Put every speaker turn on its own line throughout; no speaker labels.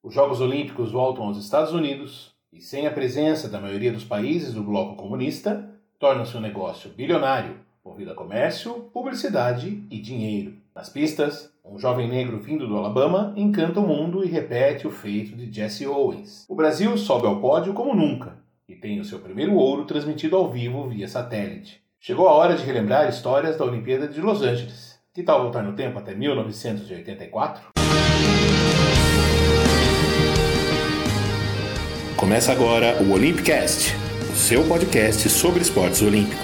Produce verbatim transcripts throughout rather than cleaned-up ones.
Os Jogos Olímpicos voltam aos Estados Unidos e, sem a presença da maioria dos países do bloco comunista, torna-se um negócio bilionário, movido a comércio, publicidade e dinheiro. Nas pistas, um jovem negro vindo do Alabama encanta o mundo e repete o feito de Jesse Owens. O Brasil sobe ao pódio como nunca e tem o seu primeiro ouro transmitido ao vivo via satélite. Chegou a hora de relembrar histórias da Olimpíada de Los Angeles. Que tal voltar no tempo até mil novecentos e oitenta e quatro? Começa agora o Olympicast, o seu podcast sobre esportes olímpicos.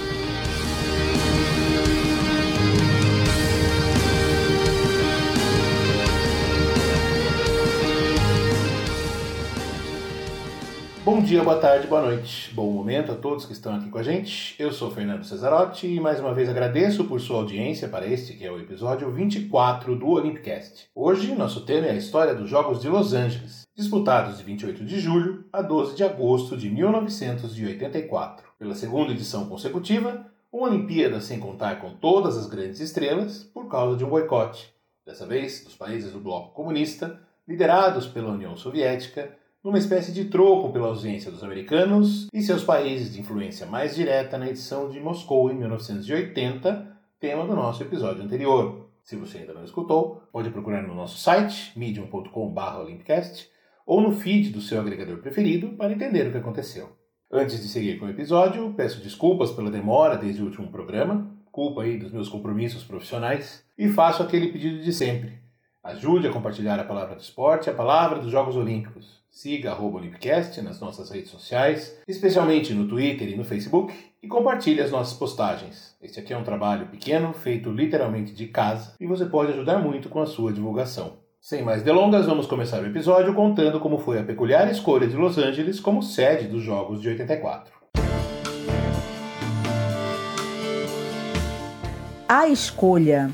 Bom dia, boa tarde, boa noite. Bom momento a todos que estão aqui com a gente. Eu sou Fernando Cesarotti e mais uma vez agradeço por sua audiência para este que é o episódio vinte e quatro do Olympicast. Hoje, nosso tema é a história dos Jogos de Los Angeles, disputados de vinte e oito de julho a doze de agosto de mil novecentos e oitenta e quatro. Pela segunda edição consecutiva, uma Olimpíada sem contar com todas as grandes estrelas por causa de um boicote, dessa vez dos países do bloco comunista, liderados pela União Soviética, numa espécie de troco pela ausência dos americanos e seus países de influência mais direta na edição de Moscou em mil novecentos e oitenta, tema do nosso episódio anterior. Se você ainda não escutou, pode procurar no nosso site, medium ponto com barra olympicast, ou no feed do seu agregador preferido para entender o que aconteceu. Antes de seguir com o episódio, peço desculpas pela demora desde o último programa, culpa aí dos meus compromissos profissionais, e faço aquele pedido de sempre. Ajude a compartilhar a palavra do esporte e a palavra dos Jogos Olímpicos. Siga arroba Olympicast nas nossas redes sociais, especialmente no Twitter e no Facebook, e compartilhe as nossas postagens. Este aqui é um trabalho pequeno, feito literalmente de casa, e você pode ajudar muito com a sua divulgação. Sem mais delongas, vamos começar o episódio contando como foi a peculiar escolha de Los Angeles como sede dos Jogos de oitenta e quatro.
A escolha.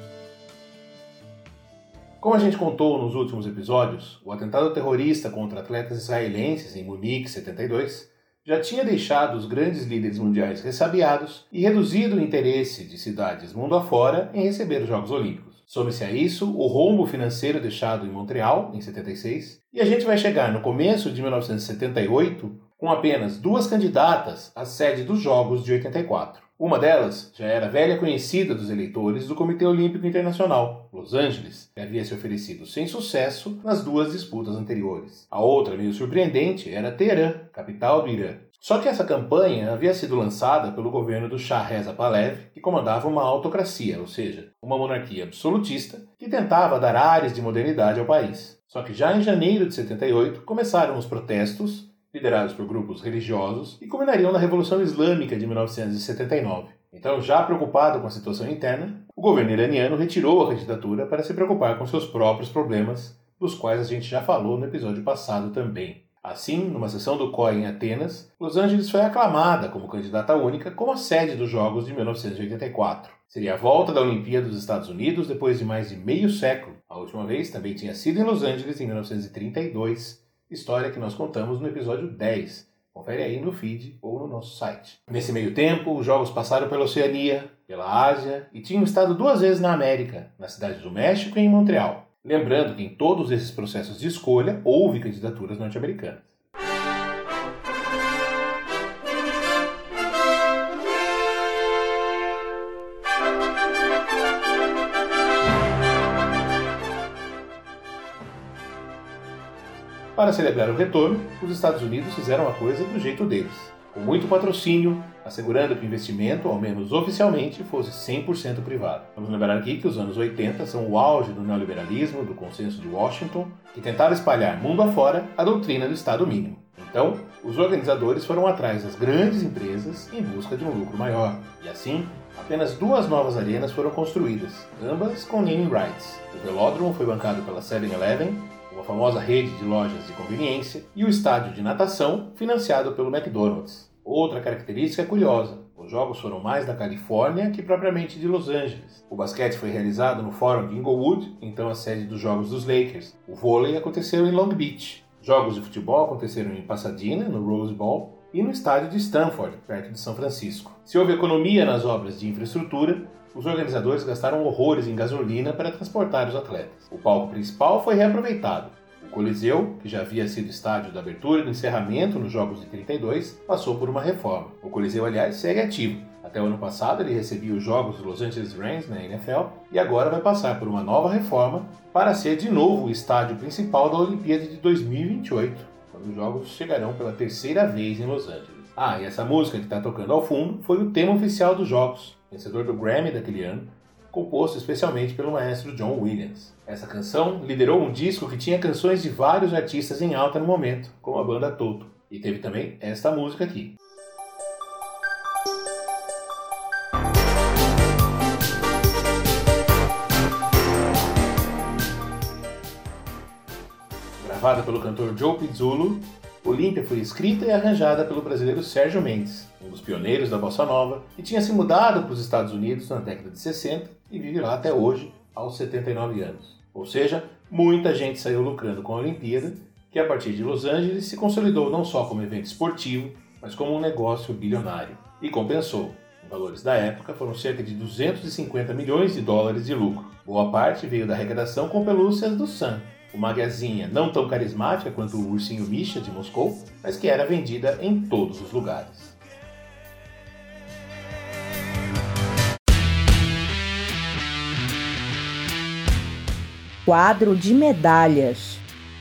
Como a gente contou nos últimos episódios, o atentado terrorista contra atletas israelenses em Munique setenta e dois já tinha deixado os grandes líderes mundiais ressabiados e reduzido o interesse de cidades mundo afora em receber os Jogos Olímpicos. Some-se a isso o rombo financeiro deixado em Montreal, em setenta e seis, e a gente vai chegar no começo de mil novecentos e setenta e oito com apenas duas candidatas à sede dos Jogos de oitenta e quatro. Uma delas já era velha conhecida dos eleitores do Comitê Olímpico Internacional, Los Angeles, que havia se oferecido sem sucesso nas duas disputas anteriores. A outra, meio surpreendente, era Teherã, capital do Irã. Só que essa campanha havia sido lançada pelo governo do Shah Reza Pahlavi, que comandava uma autocracia, ou seja, uma monarquia absolutista, que tentava dar ares de modernidade ao país. Só que já em janeiro de setenta e oito começaram os protestos, liderados por grupos religiosos, e culminariam na Revolução Islâmica de mil novecentos e setenta e nove. Então, já preocupado com a situação interna, o governo iraniano retirou a candidatura para se preocupar com seus próprios problemas, dos quais a gente já falou no episódio passado também. Assim, numa sessão do C O I em Atenas, Los Angeles foi aclamada como candidata única como a sede dos Jogos de mil novecentos e oitenta e quatro. Seria a volta da Olimpíada dos Estados Unidos depois de mais de meio século. A última vez também tinha sido em Los Angeles em mil novecentos e trinta e dois, história que nós contamos no episódio dez. Confere aí no feed ou no nosso site. Nesse meio tempo, os Jogos passaram pela Oceania, pela Ásia e tinham estado duas vezes na América, na cidade do México e em Montreal. Lembrando que em todos esses processos de escolha houve candidaturas norte-americanas. Para celebrar o retorno, os Estados Unidos fizeram a coisa do jeito deles, com muito patrocínio, assegurando que o investimento, ao menos oficialmente, fosse cem por cento privado. Vamos lembrar aqui que os anos oitenta são o auge do neoliberalismo, do consenso de Washington, que tentava espalhar mundo afora a doutrina do Estado mínimo. Então, os organizadores foram atrás das grandes empresas em busca de um lucro maior. E assim, apenas duas novas arenas foram construídas, ambas com naming rights. O velódromo foi bancado pela seven eleven, uma famosa rede de lojas de conveniência, e o estádio de natação, financiado pelo McDonald's. Outra característica curiosa, os jogos foram mais da Califórnia que propriamente de Los Angeles. O basquete foi realizado no Fórum de Inglewood, então a sede dos jogos dos Lakers. O vôlei aconteceu em Long Beach. Jogos de futebol aconteceram em Pasadena, no Rose Bowl, e no estádio de Stanford, perto de São Francisco. Se houve economia nas obras de infraestrutura, os organizadores gastaram horrores em gasolina para transportar os atletas. O palco principal foi reaproveitado. Coliseu, que já havia sido estádio da abertura e do encerramento nos Jogos de trinta e dois, passou por uma reforma. O Coliseu, aliás, segue ativo. Até o ano passado ele recebia os jogos dos Los Angeles Rams na N F L e agora vai passar por uma nova reforma para ser de novo o estádio principal da Olimpíada de dois mil e vinte e oito, quando os jogos chegarão pela terceira vez em Los Angeles. Ah, e essa música que está tocando ao fundo foi o tema oficial dos jogos, vencedor do Grammy daquele ano, composto especialmente pelo maestro John Williams. Essa canção liderou um disco que tinha canções de vários artistas em alta no momento, como a banda Toto. E teve também esta música aqui. Gravada pelo cantor Joe Pizzullo, Olímpia foi escrita e arranjada pelo brasileiro Sérgio Mendes, um dos pioneiros da bossa nova, que tinha se mudado para os Estados Unidos na década de sessenta e vive lá até hoje, aos setenta e nove anos. Ou seja, muita gente saiu lucrando com a Olimpíada, que a partir de Los Angeles se consolidou não só como evento esportivo, mas como um negócio bilionário. E compensou. Em valores da época, foram cerca de duzentos e cinquenta milhões de dólares de lucro. Boa parte veio da arrecadação com pelúcias do Sun, uma gazinha não tão carismática quanto o ursinho Misha de Moscou, mas que era vendida em todos os lugares.
Quadro de medalhas.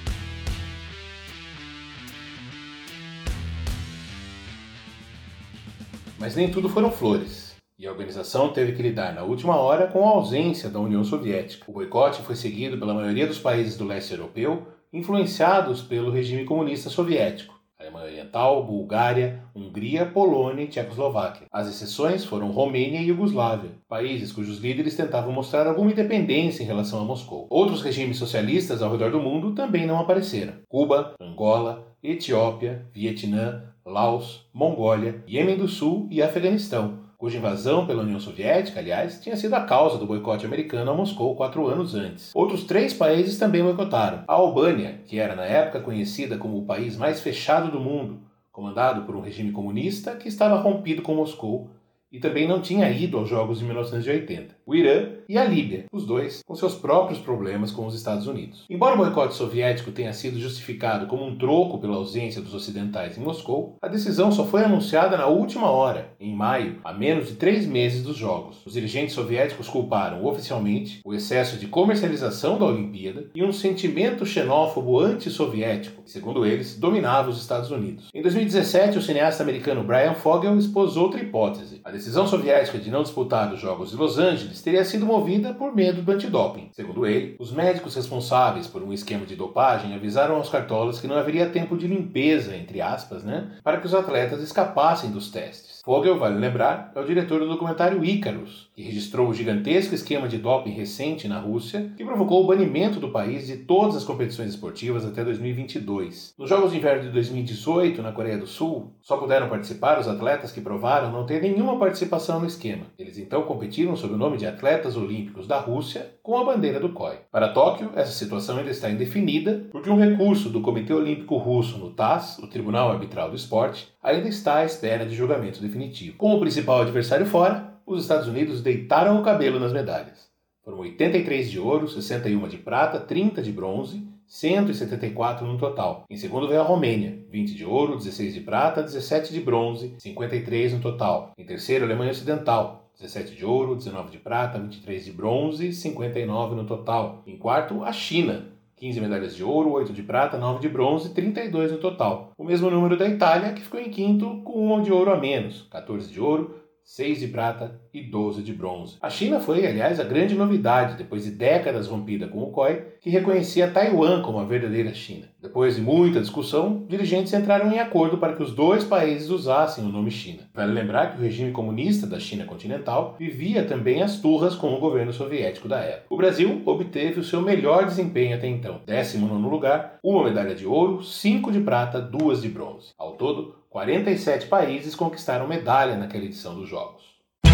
Mas nem tudo foram flores. E a organização teve que lidar na última hora com a ausência da União Soviética. O boicote foi seguido pela maioria dos países do leste europeu, influenciados pelo regime comunista soviético. Alemanha Oriental, Bulgária, Hungria, Polônia e Tchecoslováquia. As exceções foram Romênia e Iugoslávia, países cujos líderes tentavam mostrar alguma independência em relação a Moscou. Outros regimes socialistas ao redor do mundo também não apareceram. Cuba, Angola, Etiópia, Vietnã, Laos, Mongólia, Iêmen do Sul e Afeganistão, cuja invasão pela União Soviética, aliás, tinha sido a causa do boicote americano a Moscou quatro anos antes. Outros três países também boicotaram. A Albânia, que era na época conhecida como o país mais fechado do mundo, comandado por um regime comunista que estava rompido com Moscou e também não tinha ido aos Jogos de mil novecentos e oitenta. O Irã e a Líbia, os dois com seus próprios problemas com os Estados Unidos. Embora o boicote soviético tenha sido justificado como um troco pela ausência dos ocidentais em Moscou, a decisão só foi anunciada na última hora, em maio, a menos de três meses dos Jogos. Os dirigentes soviéticos culparam oficialmente o excesso de comercialização da Olimpíada e um sentimento xenófobo anti-soviético, que, segundo eles, dominava os Estados Unidos. Em dois mil e dezessete, o cineasta americano Brian Fogel expôs outra hipótese. A decisão soviética de não disputar os Jogos de Los Angeles teria sido movida por medo do antidoping. Segundo ele, os médicos responsáveis por um esquema de dopagem avisaram aos cartolas que não haveria tempo de limpeza, entre aspas, né, para que os atletas escapassem dos testes. Fogel, vale lembrar, é o diretor do documentário Icarus, que registrou o gigantesco esquema de doping recente na Rússia, que provocou o banimento do país de todas as competições esportivas até dois mil e vinte e dois. Nos Jogos de Inverno de dois mil e dezoito, na Coreia do Sul, só puderam participar os atletas que provaram não ter nenhuma participação no esquema. Eles então competiram sob o nome de Atletas Olímpicos da Rússia, com a bandeira do C O I. Para Tóquio, essa situação ainda está indefinida, porque um recurso do Comitê Olímpico Russo no T A S, o Tribunal Arbitral do Esporte, ainda está à espera de julgamento definitivo. Com o principal adversário fora, os Estados Unidos deitaram o cabelo nas medalhas. Foram oitenta e três de ouro, sessenta e uma de prata, trinta de bronze, cento e setenta e quatro no total. Em segundo veio a Romênia, vinte de ouro, dezesseis de prata, dezessete de bronze, cinquenta e três no total. Em terceiro, a Alemanha Ocidental, dezessete de ouro, dezenove de prata, vinte e três de bronze, cinquenta e nove no total. Em quarto, a China, quinze medalhas de ouro, oito de prata, nove de bronze, trinta e dois no total. O mesmo número da Itália, que ficou em quinto com uma de ouro a menos, quatorze de ouro, seis de prata e doze de bronze. A China foi, aliás, a grande novidade, depois de décadas rompida com o C O I, que reconhecia Taiwan como a verdadeira China. Depois de muita discussão, dirigentes entraram em acordo para que os dois países usassem o nome China. Vale lembrar que o regime comunista da China continental vivia também as turras com o governo soviético da época. O Brasil obteve o seu melhor desempenho até então, décimo nono lugar, uma medalha de ouro, cinco de prata, duas de bronze. Ao todo, quarenta e sete países conquistaram medalha naquela edição dos Jogos.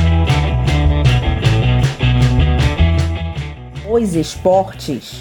Os esportes.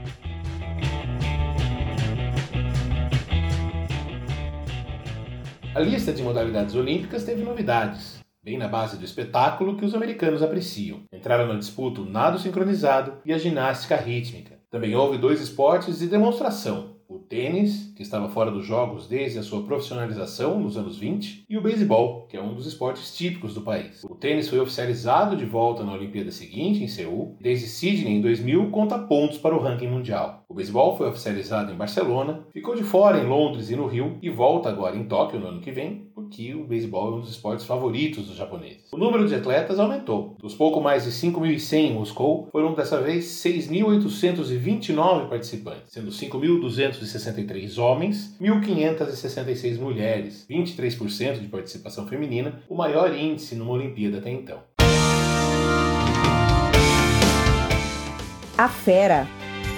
A lista de modalidades olímpicas teve novidades, bem na base do espetáculo que os americanos apreciam. Entraram na disputa o nado sincronizado e a ginástica rítmica. Também houve dois esportes de demonstração, o tênis, que estava fora dos jogos desde a sua profissionalização nos anos vinte, e o beisebol, que é um dos esportes típicos do país. O tênis foi oficializado de volta na Olimpíada seguinte, em Seul, e desde Sydney em dois mil conta pontos para o ranking mundial. O beisebol foi oficializado em Barcelona, ficou de fora em Londres e no Rio, e volta agora em Tóquio no ano que vem, porque o beisebol é um dos esportes favoritos dos japoneses. O número de atletas aumentou. Dos pouco mais de cinco mil e cem em Moscou, foram dessa vez seis mil oitocentos e vinte e nove participantes, sendo cinco mil duzentos e sessenta e três homens, mil quinhentos e sessenta e seis mulheres, vinte e três por cento de participação feminina, o maior índice numa Olimpíada até então.
A Fera.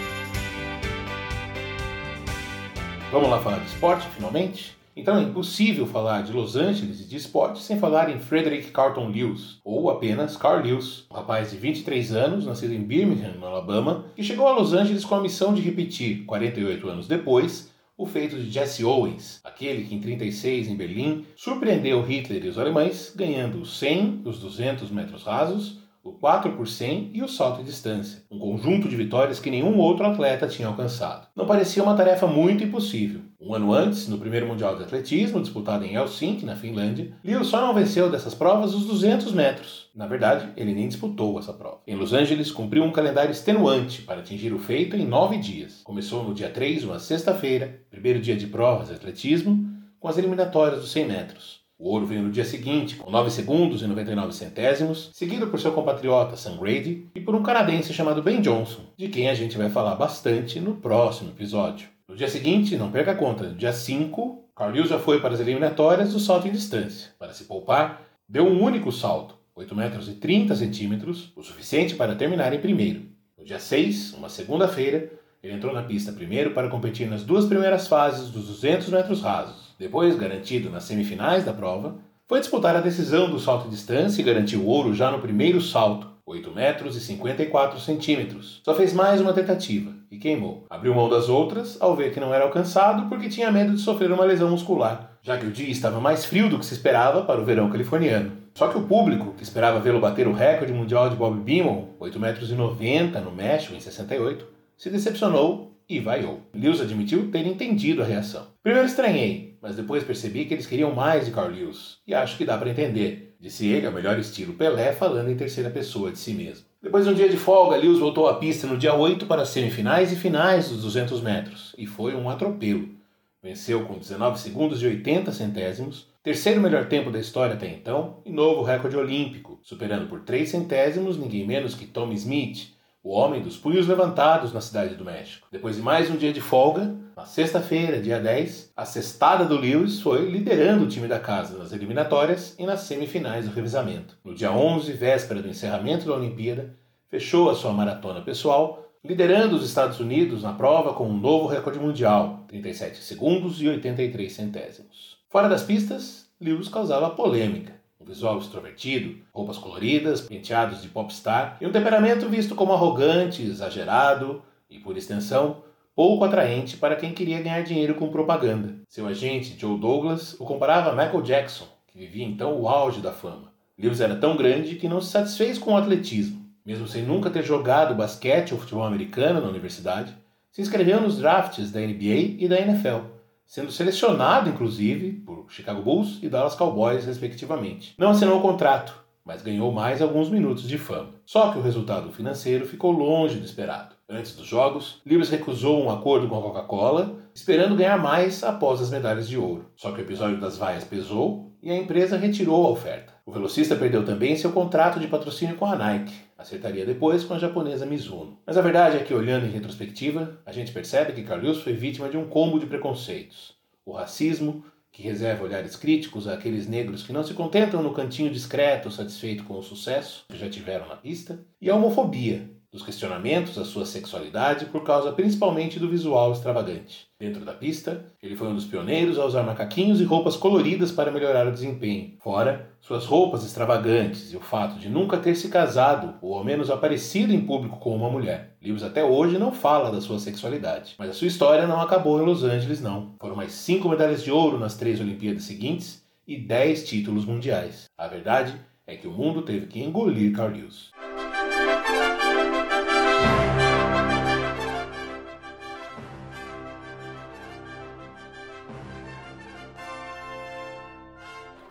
Vamos lá falar de esporte, finalmente? Então é impossível falar de Los Angeles e de esporte sem falar em Frederick Carlton Lewis, ou apenas Carl Lewis, um rapaz de vinte e três anos, nascido em Birmingham, no Alabama, que chegou a Los Angeles com a missão de repetir, quarenta e oito anos depois, o feito de Jesse Owens, aquele que em trinta e seis, em Berlim, surpreendeu Hitler e os alemães, ganhando os cem, os duzentos metros rasos, o quatro por cem e o salto em distância, um conjunto de vitórias que nenhum outro atleta tinha alcançado. Não parecia uma tarefa muito impossível. Um ano antes, no primeiro Mundial de Atletismo, disputado em Helsinki, na Finlândia, Lewis só não venceu dessas provas os duzentos metros. Na verdade, ele nem disputou essa prova. Em Los Angeles, cumpriu um calendário extenuante para atingir o feito em nove dias. Começou no dia três, uma sexta-feira, primeiro dia de provas de atletismo, com as eliminatórias dos cem metros. O ouro veio no dia seguinte, com nove segundos e noventa e nove centésimos, seguido por seu compatriota Sam Grady e por um canadense chamado Ben Johnson, de quem a gente vai falar bastante no próximo episódio. No dia seguinte, não perca a conta, no dia cinco, Carl Lewis já foi para as eliminatórias do salto em distância. Para se poupar, deu um único salto, oito metros e trinta centímetros, o suficiente para terminar em primeiro. No dia seis, uma segunda-feira, ele entrou na pista primeiro para competir nas duas primeiras fases dos duzentos metros rasos. Depois, garantido nas semifinais da prova, foi disputar a decisão do salto em distância e garantiu o ouro já no primeiro salto, oito metros e cinquenta e quatro centímetros. Só fez mais uma tentativa e queimou. Abriu mão das outras ao ver que não era alcançado porque tinha medo de sofrer uma lesão muscular, já que o dia estava mais frio do que se esperava para o verão californiano. Só que o público, que esperava vê-lo bater o recorde mundial de Bob Beamon, oito metros e noventa no México em sessenta e oito, se decepcionou e vaiou. Lewis admitiu ter entendido a reação. Primeiro estranhei, mas depois percebi que eles queriam mais de Carl Lewis, e acho que dá para entender, disse ele, ao melhor estilo Pelé, falando em terceira pessoa de si mesmo. Depois de um dia de folga, Lewis voltou à pista no dia oito para as semifinais e finais dos duzentos metros, e foi um atropelo. Venceu com dezenove segundos e oitenta centésimos, terceiro melhor tempo da história até então, e novo recorde olímpico, superando por três centésimos ninguém menos que Tommy Smith, o homem dos punhos levantados na Cidade do México. Depois de mais um dia de folga, na sexta-feira, dia dez, a cestada do Lewis foi liderando o time da casa nas eliminatórias e nas semifinais do revezamento. No dia onze, véspera do encerramento da Olimpíada, fechou a sua maratona pessoal, liderando os Estados Unidos na prova com um novo recorde mundial, trinta e sete segundos e oitenta e três centésimos. Fora das pistas, Lewis causava polêmica. Um visual extrovertido, roupas coloridas, penteados de popstar e um temperamento visto como arrogante, exagerado e, por extensão, pouco atraente para quem queria ganhar dinheiro com propaganda. Seu agente, Joe Douglas, o comparava a Michael Jackson, que vivia então o auge da fama. Lewis era tão grande que não se satisfez com o atletismo. Mesmo sem nunca ter jogado basquete ou futebol americano na universidade, se inscreveu nos drafts da N B A e da N F L, sendo selecionado, inclusive, por Chicago Bulls e Dallas Cowboys, respectivamente. Não assinou o contrato, mas ganhou mais alguns minutos de fama. Só que o resultado financeiro ficou longe do esperado. Antes dos jogos, Lewis recusou um acordo com a Coca-Cola, esperando ganhar mais após as medalhas de ouro. Só que o episódio das vaias pesou e a empresa retirou a oferta. O velocista perdeu também seu contrato de patrocínio com a Nike. Acertaria depois com a japonesa Mizuno. Mas a verdade é que, olhando em retrospectiva, a gente percebe que Carl Lewis foi vítima de um combo de preconceitos. O racismo, que reserva olhares críticos àqueles negros que não se contentam no cantinho discreto satisfeito com o sucesso que já tiveram na pista, e a homofobia, dos questionamentos à sua sexualidade por causa principalmente do visual extravagante. Dentro da pista, ele foi um dos pioneiros a usar macaquinhos e roupas coloridas para melhorar o desempenho. Fora, suas roupas extravagantes e o fato de nunca ter se casado ou ao menos aparecido em público com uma mulher. Lewis até hoje não fala da sua sexualidade, mas a sua história não acabou em Los Angeles não. Foram mais cinco medalhas de ouro nas três Olimpíadas seguintes e dez títulos mundiais. A verdade é que o mundo teve que engolir Carl Lewis.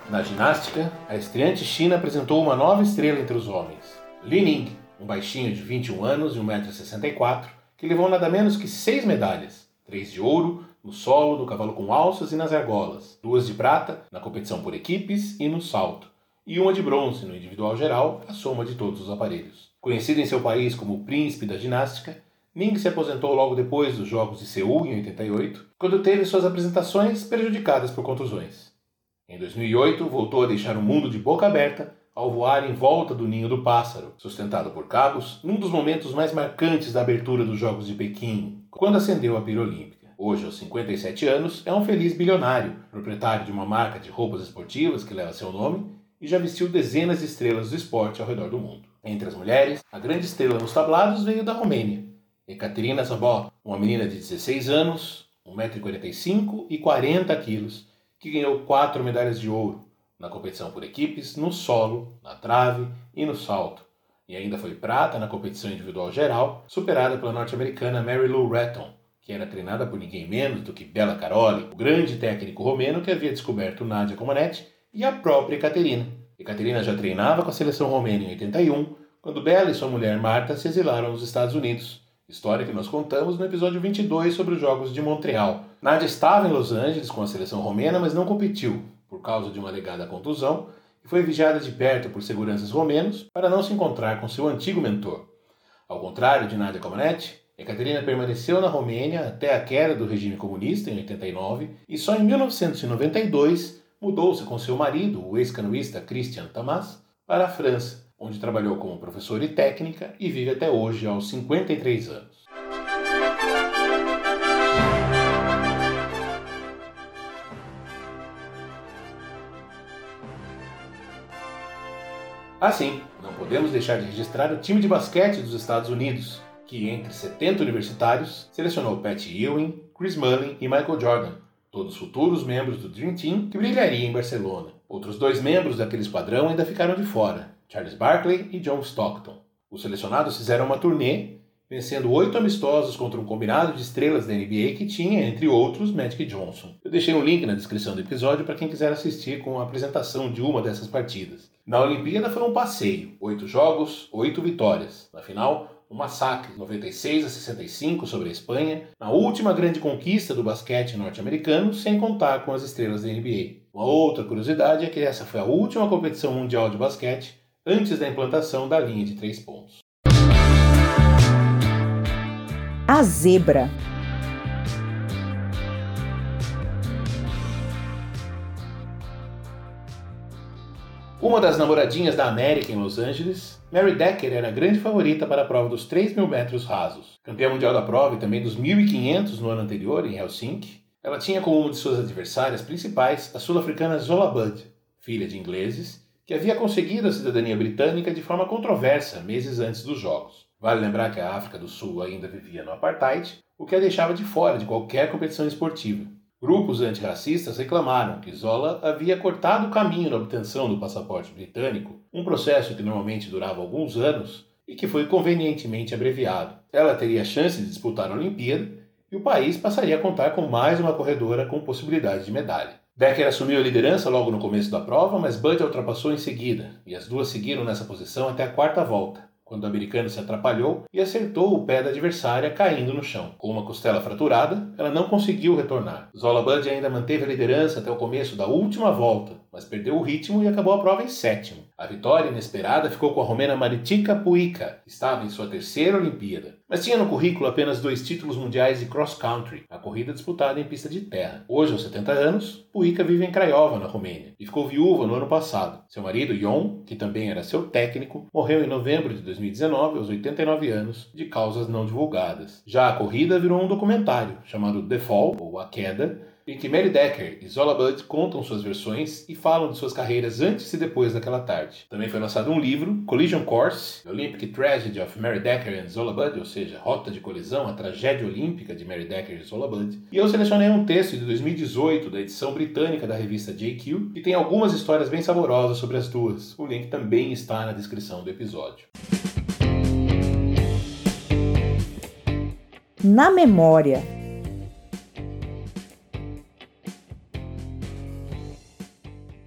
Na ginástica, a estreante China apresentou uma nova estrela entre os homens. Li Ning, um baixinho de vinte e um anos e um metro e sessenta e quatro, que levou nada menos que seis medalhas, três de ouro, no solo, no cavalo com alças e nas argolas, duas de prata, na competição por equipes e no salto, e uma de bronze no individual geral, a soma de todos os aparelhos. Conhecido em seu país como o príncipe da ginástica, Ning se aposentou logo depois dos Jogos de Seul, em oitenta e oito, quando teve suas apresentações prejudicadas por contusões. Em dois mil e oito, voltou a deixar o mundo de boca aberta ao voar em volta do ninho do pássaro, sustentado por cabos, num dos momentos mais marcantes da abertura dos Jogos de Pequim, quando acendeu a pira olímpica. Hoje, aos cinquenta e sete anos, é um feliz bilionário, proprietário de uma marca de roupas esportivas que leva seu nome e já vestiu dezenas de estrelas do esporte ao redor do mundo. Entre as mulheres, a grande estrela nos tablados veio da Romênia, Ekaterina Zabó, uma menina de dezesseis anos, um metro e quarenta e cinco e quarenta quilos, que ganhou quatro medalhas de ouro na competição por equipes, no solo, na trave e no salto, e ainda foi prata na competição individual geral, superada pela norte-americana Mary Lou Retton, que era treinada por ninguém menos do que Bela Caroli, o grande técnico romeno que havia descoberto Nadia Comaneci e a própria Ekaterina. Ekaterina já treinava com a seleção romena em oitenta e um, quando Bela e sua mulher Marta se exilaram nos Estados Unidos, história que nós contamos no episódio vinte e dois sobre os Jogos de Montreal. Nadia estava em Los Angeles com a seleção romena, mas não competiu, por causa de uma alegada contusão, e foi vigiada de perto por seguranças romenos para não se encontrar com seu antigo mentor. Ao contrário de Nadia Comaneci, Ekaterina permaneceu na Romênia até a queda do regime comunista em oitenta e nove e só em mil novecentos e noventa e dois mudou-se com seu marido, o ex-canoísta Christian Tamas, para a França, onde trabalhou como professora e técnica e vive até hoje aos cinquenta e três anos. Assim, não podemos deixar de registrar o time de basquete dos Estados Unidos, que entre setenta universitários selecionou Pat Ewing, Chris Mullin e Michael Jordan, todos futuros membros do Dream Team que brilharia em Barcelona. Outros dois membros daquele esquadrão ainda ficaram de fora, Charles Barkley e John Stockton. Os selecionados fizeram uma turnê, vencendo oito amistosos contra um combinado de estrelas da N B A que tinha, entre outros, Magic Johnson. Eu deixei um link na descrição do episódio para quem quiser assistir com a apresentação de uma dessas partidas. Na Olimpíada foi um passeio, oito jogos, oito vitórias. Na final, um massacre, noventa e seis a sessenta e cinco sobre a Espanha, na última grande conquista do basquete norte-americano, sem contar com as estrelas da N B A. Uma outra curiosidade é que essa foi a última competição mundial de basquete antes da implantação da linha de três pontos.
A zebra.
Uma das namoradinhas da América em Los Angeles, Mary Decker era a grande favorita para a prova dos três mil metros rasos. Campeã mundial da prova e também dos mil e quinhentos no ano anterior, em Helsinki, ela tinha como uma de suas adversárias principais a sul-africana Zola Budd, filha de ingleses, que havia conseguido a cidadania britânica de forma controversa meses antes dos Jogos. Vale lembrar que a África do Sul ainda vivia no apartheid, o que a deixava de fora de qualquer competição esportiva. Grupos antirracistas reclamaram que Zola havia cortado o caminho na obtenção do passaporte britânico, um processo que normalmente durava alguns anos e que foi convenientemente abreviado. Ela teria a chance de disputar a Olimpíada e o país passaria a contar com mais uma corredora com possibilidade de medalha. Decker assumiu a liderança logo no começo da prova, mas Budd a ultrapassou em seguida, e as duas seguiram nessa posição até a quarta volta, quando o americano se atrapalhou e acertou o pé da adversária caindo no chão. Com uma costela fraturada, ela não conseguiu retornar. Zola Budd ainda manteve a liderança até o começo da última volta, mas perdeu o ritmo e acabou a prova em sétimo. A vitória inesperada ficou com a romena Maritika Puica, que estava em sua terceira Olimpíada, mas tinha no currículo apenas dois títulos mundiais de cross-country, a corrida disputada em pista de terra. Hoje, aos setenta anos, Puica vive em Craiova, na Romênia, e ficou viúva no ano passado. Seu marido, Jon, que também era seu técnico, morreu em novembro de dois mil e dezenove, aos oitenta e nove anos, de causas não divulgadas. Já a corrida virou um documentário, chamado The Fall, ou A Queda, em que Mary Decker e Zola Budd contam suas versões e falam de suas carreiras antes e depois daquela tarde. Também foi lançado um livro, Collision Course, The Olympic Tragedy of Mary Decker and Zola Budd, ou seja, Rota de Colisão, a Tragédia Olímpica de Mary Decker e Zola Budd. E eu selecionei um texto de dois mil e dezoito, da edição britânica da revista J Q, que tem algumas histórias bem saborosas sobre as duas. O link também está na descrição do episódio.
Na memória.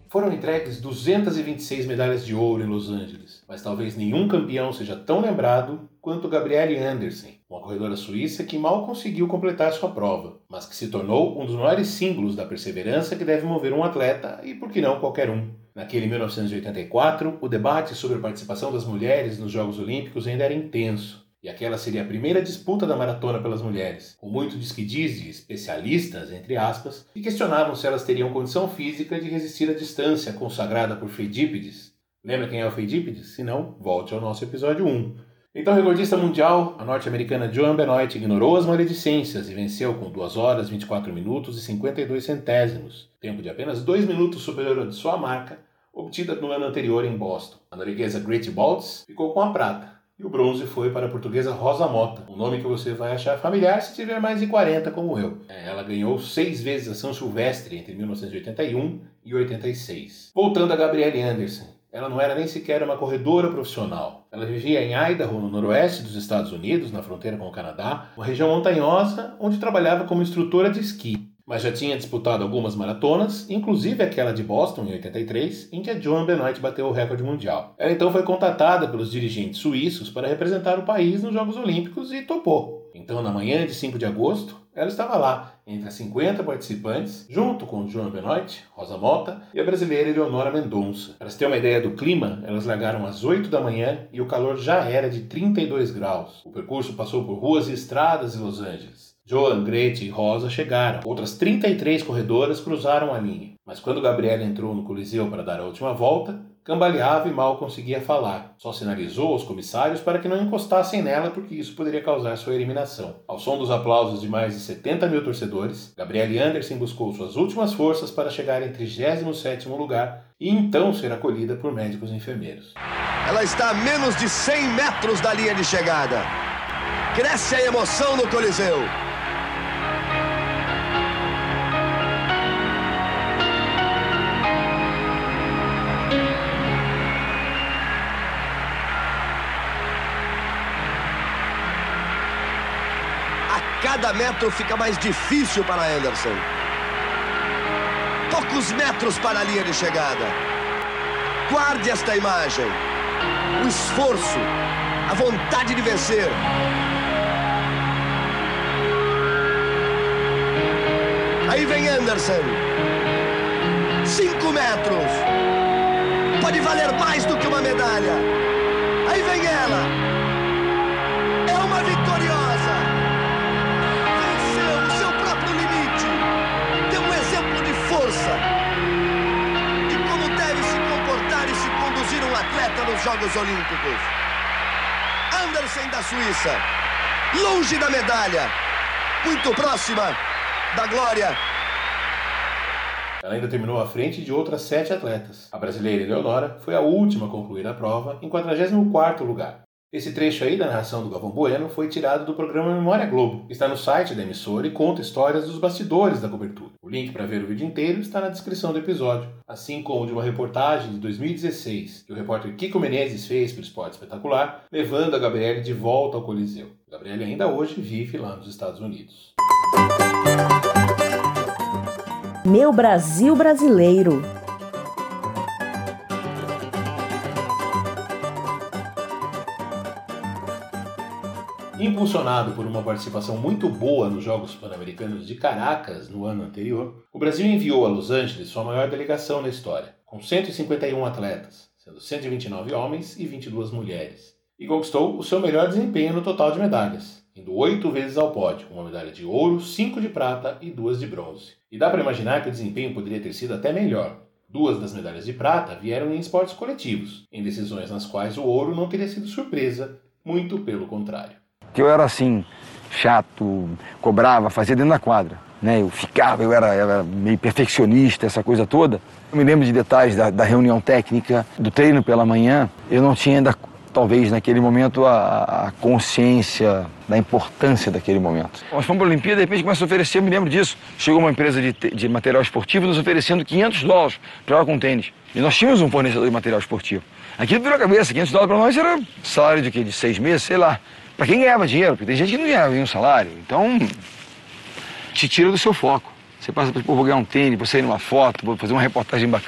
Foram entregues duzentas e vinte e seis medalhas de ouro em Los Angeles, mas talvez nenhum campeão seja tão lembrado quanto Gabriele Andersen, uma corredora suíça que mal conseguiu completar sua prova, mas que se tornou um dos maiores símbolos da perseverança que deve mover um atleta e, por que não, qualquer um. Naquele mil novecentos e oitenta e quatro, o debate sobre a participação das mulheres nos Jogos Olímpicos ainda era intenso. E aquela seria a primeira disputa da maratona pelas mulheres, com muito diz que diz de especialistas, entre aspas, que questionavam se elas teriam condição física de resistir à distância consagrada por Feidípides. Lembra quem é o Feidípides? Se não, volte ao nosso episódio um. Então, recordista mundial, a norte-americana Joan Benoit ignorou as maledicências e venceu com duas horas, vinte e quatro minutos e cinquenta e dois centésimos, tempo de apenas dois minutos superior à de sua marca, obtida no ano anterior em Boston. A norueguesa Grete Boltz ficou com a prata. E o bronze foi para a portuguesa Rosa Mota, um nome que você vai achar familiar se tiver mais de quarenta como eu. Ela ganhou seis vezes a São Silvestre entre mil novecentos e oitenta e um e oitenta e seis. Voltando a Gabriele Andersen, ela não era nem sequer uma corredora profissional. Ela vivia em Idaho, no noroeste dos Estados Unidos, na fronteira com o Canadá, uma região montanhosa onde trabalhava como instrutora de esqui. Mas já tinha disputado algumas maratonas, inclusive aquela de Boston em oitenta e três, em que a Joan Benoit bateu o recorde mundial. Ela então foi contatada pelos dirigentes suíços para representar o país nos Jogos Olímpicos e topou. Então, na manhã de cinco de agosto, ela estava lá, entre as cinquenta participantes, junto com Joan Benoit, Rosa Mota e a brasileira Eleonora Mendonça. Para se ter uma ideia do clima, elas largaram às oito da manhã e o calor já era de trinta e dois graus. O percurso passou por ruas e estradas de Los Angeles. Joan, Grete e Rosa chegaram. Outras trinta e três corredoras cruzaram a linha. Mas quando Gabriele entrou no Coliseu para dar a última volta, cambaleava e mal conseguia falar. Só sinalizou aos comissários para que não encostassem nela porque isso poderia causar sua eliminação. Ao som dos aplausos de mais de setenta mil torcedores, Gabriele Andersen buscou suas últimas forças para chegar em trigésimo sétimo lugar e então ser acolhida por médicos e enfermeiros.
Ela está a menos de cem metros da linha de chegada. Cresce a emoção no Coliseu. Cada metro fica mais difícil para Andersen. Poucos metros para a linha de chegada. Guarde esta imagem. O esforço, a vontade de vencer. Aí vem Andersen. Cinco metros. Pode valer mais do que uma medalha. Aí vem ela. É uma vitoriosa. De como deve se comportar e se conduzir um atleta nos Jogos Olímpicos. Andersen da Suíça, longe da medalha, muito próxima da glória.
Ela ainda terminou à frente de outras sete atletas. A brasileira Eleonora foi a última a concluir a prova em quadragésimo quarto lugar. Esse trecho aí da narração do Galvão Bueno foi tirado do programa Memória Globo. Está no site da emissora e conta histórias dos bastidores da cobertura. O link para ver o vídeo inteiro está na descrição do episódio, assim como de uma reportagem de dois mil e dezesseis que o repórter Kiko Menezes fez para o Esporte Espetacular, levando a Gabriele de volta ao Coliseu. A Gabriele ainda hoje vive lá nos Estados Unidos.
Meu Brasil brasileiro.
Impulsionado por uma participação muito boa nos Jogos Pan-Americanos de Caracas no ano anterior, o Brasil enviou a Los Angeles sua maior delegação na história, com cento e cinquenta e um atletas, sendo cento e vinte e nove homens e vinte e duas mulheres, e conquistou o seu melhor desempenho no total de medalhas, indo oito vezes ao pódio, uma medalha de ouro, cinco de prata e duas de bronze. E dá para imaginar que o desempenho poderia ter sido até melhor. Duas das medalhas de prata vieram em esportes coletivos, em decisões nas quais o ouro não teria sido surpresa, muito pelo contrário.
Que eu era assim, chato, cobrava, fazia dentro da quadra, né? Eu ficava, eu era, era meio perfeccionista, essa coisa toda. Eu me lembro de detalhes da, da reunião técnica, do treino pela manhã. Eu não tinha ainda, talvez naquele momento, a, a consciência da importância daquele momento. Nós fomos para a Olimpíada, de repente começa a oferecer, eu me lembro disso. Chegou uma empresa de, de material esportivo nos oferecendo quinhentos dólares para jogar com tênis. E nós tínhamos um fornecedor de material esportivo. Aquilo virou a cabeça, quinhentos dólares para nós era salário de quê? De seis meses, sei lá. Para quem ganhava dinheiro, porque tem gente que não ganhava nenhum salário, então te tira do seu foco. Você passa por vou ganhar um tênis, vou sair numa foto, vou fazer uma reportagem bacana.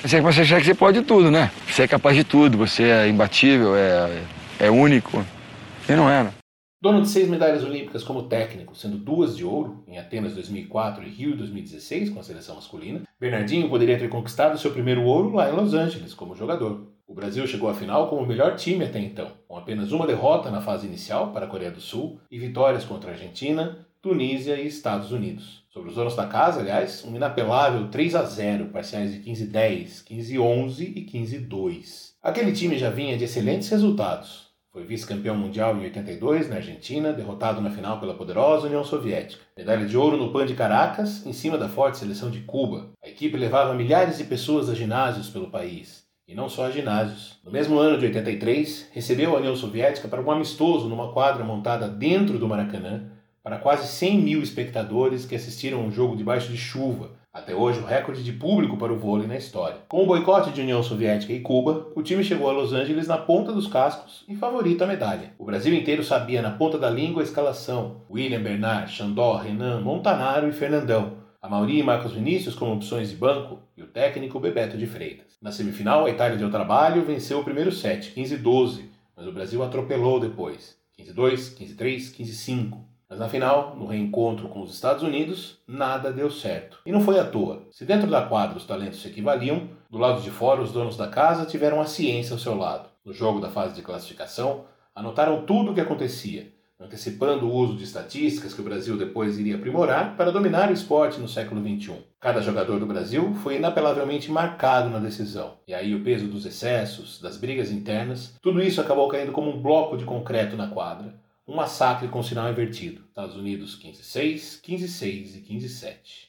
Você é você achar que você pode tudo, né? Você é capaz de tudo, você é imbatível, é, é único. E não era.
Dono de seis medalhas olímpicas como técnico, sendo duas de ouro, em Atenas dois mil e quatro e Rio dois mil e dezesseis, com a seleção masculina, Bernardinho poderia ter conquistado seu primeiro ouro lá em Los Angeles, como jogador. O Brasil chegou à final como o melhor time até então, com apenas uma derrota na fase inicial para a Coreia do Sul e vitórias contra a Argentina, Tunísia e Estados Unidos. Sobre os donos da casa, aliás, um inapelável três a zero, parciais de quinze a dez, quinze a onze e quinze a dois. Aquele time já vinha de excelentes resultados. Foi vice-campeão mundial em oitenta e dois, na Argentina, derrotado na final pela poderosa União Soviética. Medalha de ouro no Pan de Caracas, em cima da forte seleção de Cuba. A equipe levava milhares de pessoas a ginásios pelo país. E não só a ginásios. No mesmo ano de oitenta e três, recebeu a União Soviética para um amistoso numa quadra montada dentro do Maracanã, para quase cem mil espectadores que assistiram um jogo debaixo de chuva, até hoje o recorde de público para o vôlei na história. Com o boicote de União Soviética e Cuba, o time chegou a Los Angeles na ponta dos cascos e favorito à medalha. O Brasil inteiro sabia na ponta da língua a escalação: William Bernard, Xandó, Renan, Montanaro e Fernandão, Amaury e Marcos Vinícius como opções de banco e o técnico Bebeto de Freitas. Na semifinal, a Itália deu trabalho, venceu o primeiro set, quinze a doze, mas o Brasil atropelou depois, quinze a dois, quinze a três, quinze a cinco. Mas na final, no reencontro com os Estados Unidos, nada deu certo. E não foi à toa. Se dentro da quadra os talentos se equivaliam, do lado de fora os donos da casa tiveram a ciência ao seu lado. No jogo da fase de classificação, anotaram tudo o que acontecia, antecipando o uso de estatísticas que o Brasil depois iria aprimorar para dominar o esporte no século vinte e um. Cada jogador do Brasil foi inapelavelmente marcado na decisão. E aí o peso dos excessos, das brigas internas, tudo isso acabou caindo como um bloco de concreto na quadra. Um massacre com sinal invertido. Estados Unidos quinze a seis, quinze a seis e quinze a sete.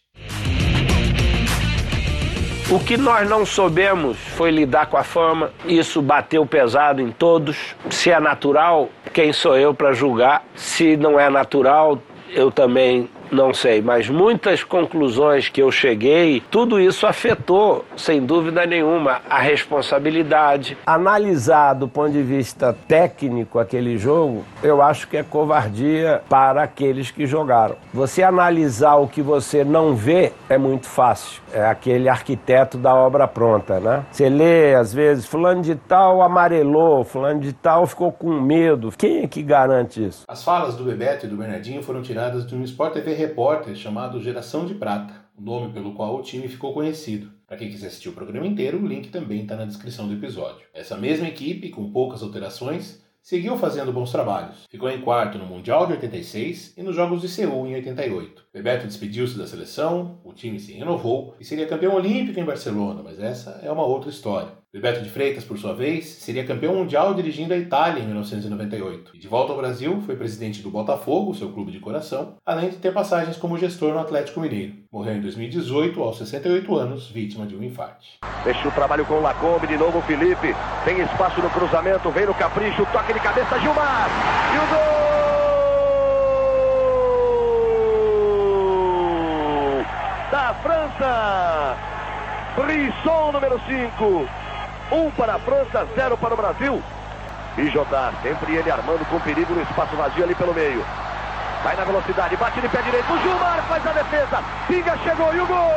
O que nós não soubemos foi lidar com a fama. Isso bateu pesado em todos. Se é natural, quem sou eu para julgar? Se não é natural, eu também não sei. Mas muitas conclusões que eu cheguei, tudo isso afetou, sem dúvida nenhuma, a responsabilidade. Analisar do ponto de vista técnico aquele jogo, eu acho que é covardia para aqueles que jogaram. Você analisar o que você não vê é muito fácil. É aquele arquiteto da obra pronta, né? Você lê, às vezes, fulano de tal amarelou, fulano de tal ficou com medo. Quem é que garante isso?
As falas do Bebeto e do Bernardinho foram tiradas de um Sport T V repórter chamado Geração de Prata, o nome pelo qual o time ficou conhecido. Para quem quiser assistir o programa inteiro, o link também está na descrição do episódio. Essa mesma equipe, com poucas alterações, seguiu fazendo bons trabalhos. Ficou em quarto no Mundial de oitenta e seis e nos Jogos de Seul em oitenta e oito. Bebeto despediu-se da seleção, o time se renovou e seria campeão olímpico em Barcelona, mas essa é uma outra história. Bebeto de Freitas, por sua vez, seria campeão mundial dirigindo a Itália em mil novecentos e noventa e oito. E de volta ao Brasil, foi presidente do Botafogo, seu clube de coração, além de ter passagens como gestor no Atlético Mineiro. Morreu em dois mil e dezoito, aos sessenta e oito anos, vítima de um infarte.
Deixa o trabalho com o Lacombe, de novo o Felipe. Tem espaço no cruzamento, vem no capricho, toque de cabeça, Gilmar! E o gol! Da França! Brisson, número cinco. Um para a França, zero para o Brasil. E Jotá, sempre ele armando com perigo no espaço vazio ali pelo meio. Vai na velocidade, bate de pé direito. O Gilmar faz a defesa. Pinga, chegou e o gol!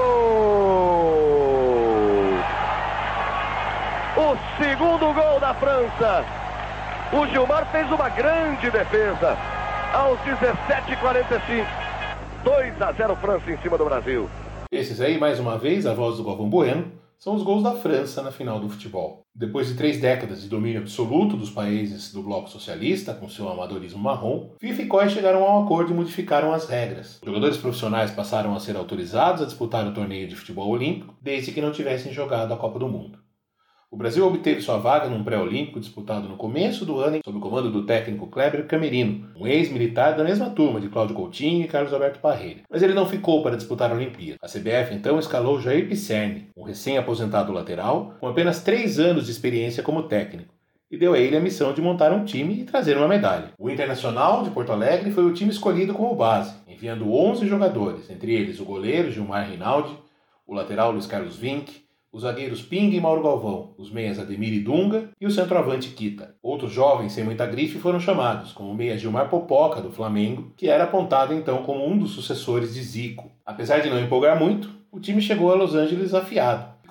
O segundo gol da França. O Gilmar fez uma grande defesa. Aos dezessete e quarenta e cinco. dois a zero França em cima do Brasil.
Esses aí, mais uma vez, a voz do Galvão Bueno, são os gols da França na final do futebol. Depois de três décadas de domínio absoluto dos países do bloco socialista, com seu amadorismo marrom, FIFA e C O I chegaram a um acordo e modificaram as regras. Os jogadores profissionais passaram a ser autorizados a disputar o torneio de futebol olímpico, desde que não tivessem jogado a Copa do Mundo. O Brasil obteve sua vaga num pré-olímpico disputado no começo do ano sob o comando do técnico Kleber Camerino, um ex-militar da mesma turma de Cláudio Coutinho e Carlos Alberto Parreira. Mas ele não ficou para disputar a Olimpíada. A C B F então escalou Jair Pisserni, um recém-aposentado lateral, com apenas três anos de experiência como técnico, e deu a ele a missão de montar um time e trazer uma medalha. O Internacional de Porto Alegre foi o time escolhido como base, enviando onze jogadores, entre eles o goleiro Gilmar Rinaldi, o lateral Luiz Carlos Vinck, os zagueiros Pinga e Mauro Galvão, os meias Ademir e Dunga e o centroavante Kita. Outros jovens sem muita grife foram chamados, como o meia Gilmar Popoca, do Flamengo, que era apontado então como um dos sucessores de Zico. Apesar de não empolgar muito, o time chegou a Los Angeles afiado.